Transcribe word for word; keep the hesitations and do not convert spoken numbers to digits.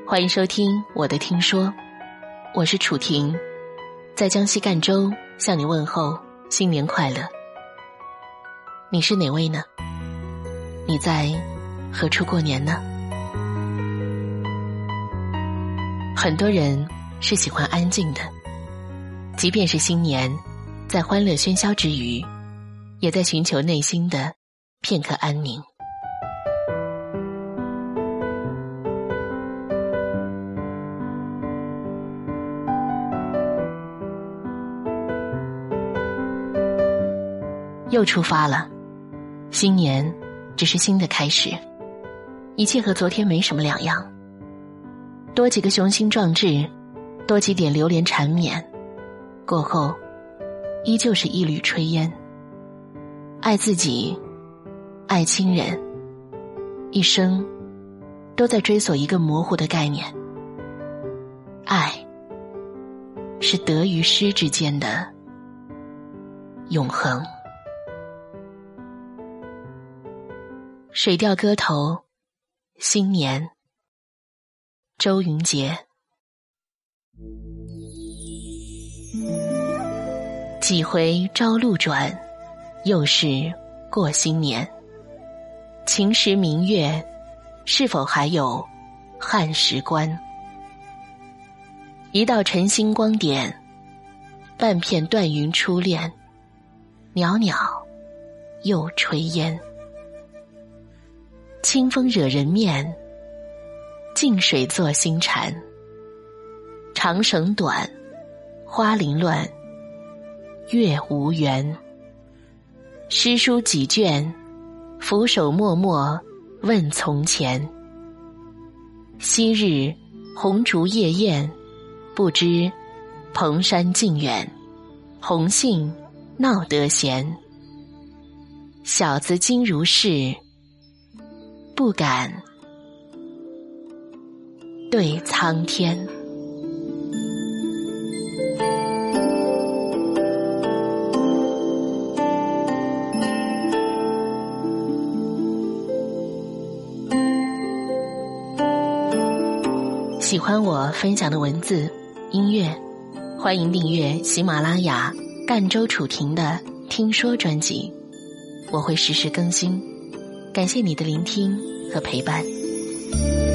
欢迎收听我的听说，我是楚婷，在江西赣州向你问候新年快乐。你是哪位呢？你在何处过年呢？很多人是喜欢安静的，即便是新年，在欢乐喧嚣之余，也在寻求内心的片刻安宁。又出发了，新年只是新的开始，一切和昨天没什么两样，多几个雄心壮志，多几点流连缠绵，过后依旧是一缕炊烟。爱自己，爱亲人，一生都在追索一个模糊的概念，爱是得与失之间的永恒。水调歌头，新年，周云杰。几回朝露转，又是过新年。晴时明月，是否还有汉时关？一道晨星光点，半片断云初恋，袅袅又炊烟。清风惹人面，静水作新蝉。长绳短，花凌乱，月无圆。诗书几卷，俯首默默问从前。昔日红烛夜宴，不知蓬山近远，红杏闹得闲。小子今如是，不敢对苍天。喜欢我分享的文字、音乐，欢迎订阅喜马拉雅赣州楚婷的听说专辑，我会实时更新。感谢你的聆听和陪伴。